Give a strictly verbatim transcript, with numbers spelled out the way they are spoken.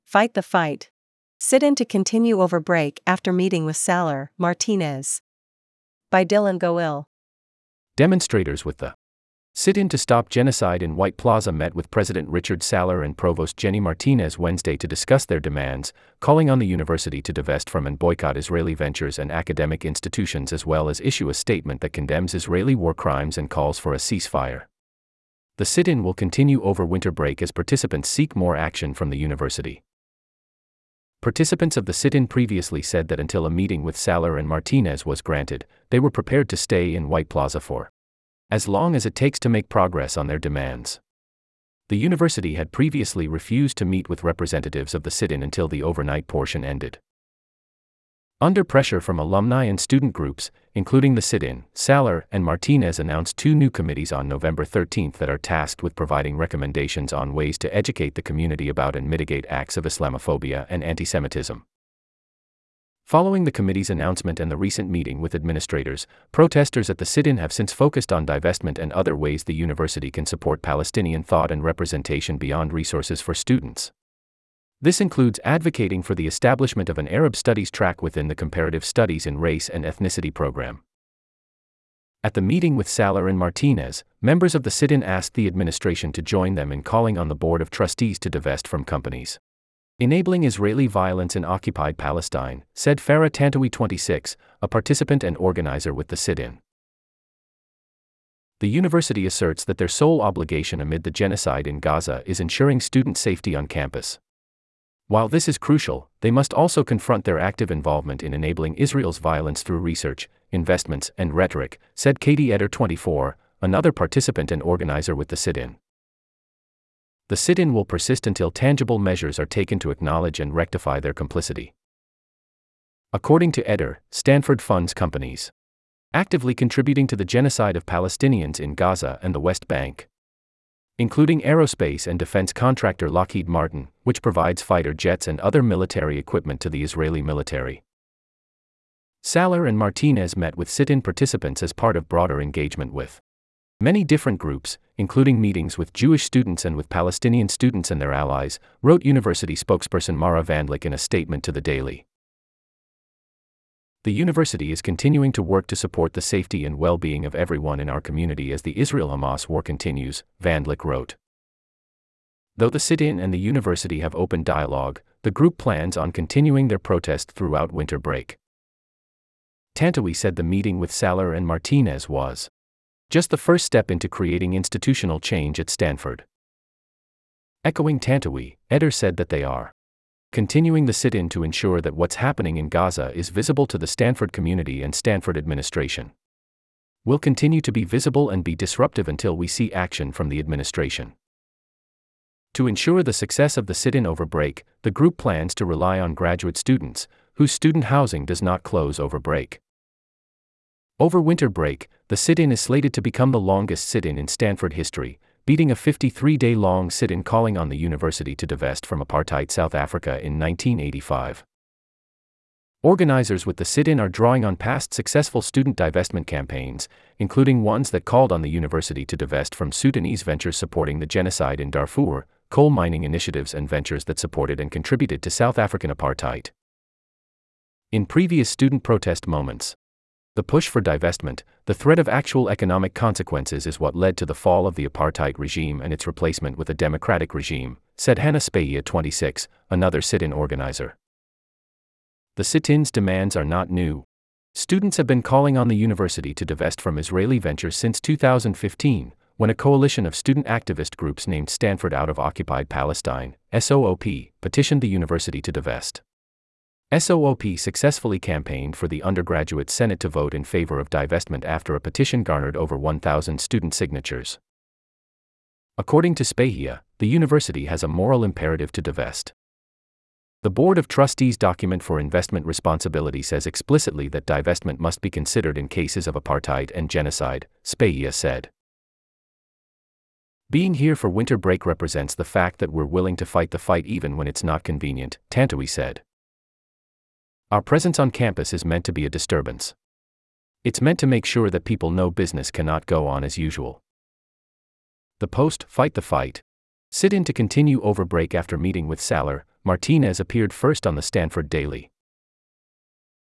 Fight the fight. Sit-in to continue over break after meeting with Salar, Martinez. By Dylan Goil. Demonstrators with the sit-in to stop genocide in White Plaza met with President Richard Salar and Provost Jenny Martinez Wednesday to discuss their demands, calling on the university to divest from and boycott Israeli ventures and academic institutions, as well as issue a statement that condemns Israeli war crimes and calls for a ceasefire. The sit-in will continue over winter break as participants seek more action from the university. Participants of the sit-in previously said that until a meeting with Salar and Martinez was granted, they were prepared to stay in White Plaza for as long as it takes to make progress on their demands. The university had previously refused to meet with representatives of the sit-in until the overnight portion ended. Under pressure from alumni and student groups, including the sit-in, Salar and Martinez announced two new committees on November thirteenth that are tasked with providing recommendations on ways to educate the community about and mitigate acts of Islamophobia and antisemitism. Following the committee's announcement and the recent meeting with administrators, protesters at the sit-in have since focused on divestment and other ways the university can support Palestinian thought and representation beyond resources for students. This includes advocating for the establishment of an Arab Studies track within the Comparative Studies in Race and Ethnicity program. At the meeting with Salar and Martinez, members of the sit-in asked the administration to join them in calling on the Board of Trustees to divest from companies enabling Israeli violence in occupied Palestine, said Farah Tantawi, twenty-six, a participant and organizer with the sit-in. The university asserts that their sole obligation amid the genocide in Gaza is ensuring student safety on campus. While this is crucial, they must also confront their active involvement in enabling Israel's violence through research, investments, and rhetoric, said Katie Eder, twenty-four, another participant and organizer with the sit-in. The sit-in will persist until tangible measures are taken to acknowledge and rectify their complicity. According to Eder, Stanford funds companies actively contributing to the genocide of Palestinians in Gaza and the West Bank, including aerospace and defense contractor Lockheed Martin, which provides fighter jets and other military equipment to the Israeli military. Salar and Martinez met with sit-in participants as part of broader engagement with many different groups, including meetings with Jewish students and with Palestinian students and their allies, wrote university spokesperson Mara Vandlik in a statement to The Daily. The university is continuing to work to support the safety and well-being of everyone in our community as the Israel-Hamas war continues, Vandlik wrote. Though the sit-in and the university have open dialogue, the group plans on continuing their protest throughout winter break. Tantawi said the meeting with Salar and Martinez was just the first step into creating institutional change at Stanford. Echoing Tantawi, Eder said that they are continuing the sit-in to ensure that what's happening in Gaza is visible to the Stanford community and Stanford administration. We'll continue to be visible and be disruptive until we see action from the administration. To ensure the success of the sit-in over break, the group plans to rely on graduate students, whose student housing does not close over break. Over winter break, the sit-in is slated to become the longest sit-in in Stanford history, beating a fifty-three-day-long sit-in calling on the university to divest from apartheid South Africa in nineteen eighty-five. Organizers with the sit-in are drawing on past successful student divestment campaigns, including ones that called on the university to divest from Sudanese ventures supporting the genocide in Darfur, coal mining initiatives and ventures that supported and contributed to South African apartheid. In previous student protest moments, the push for divestment, the threat of actual economic consequences is what led to the fall of the apartheid regime and its replacement with a democratic regime, said Hannah Spahia, twenty-six, another sit-in organizer. The sit-in's demands are not new. Students have been calling on the university to divest from Israeli ventures since two thousand fifteen, when a coalition of student activist groups named Stanford Out of Occupied Palestine, S O O P, petitioned the university to divest. S O O P successfully campaigned for the undergraduate senate to vote in favor of divestment after a petition garnered over one thousand student signatures. According to Spahia, the university has a moral imperative to divest. The Board of Trustees document for investment responsibility says explicitly that divestment must be considered in cases of apartheid and genocide, Spahia said. Being here for winter break represents the fact that we're willing to fight the fight even when it's not convenient, Tantawi said. Our presence on campus is meant to be a disturbance. It's meant to make sure that people know business cannot go on as usual. The post, Fight the Fight, sit-in to continue over break after meeting with Salar, Martinez appeared first on the Stanford Daily.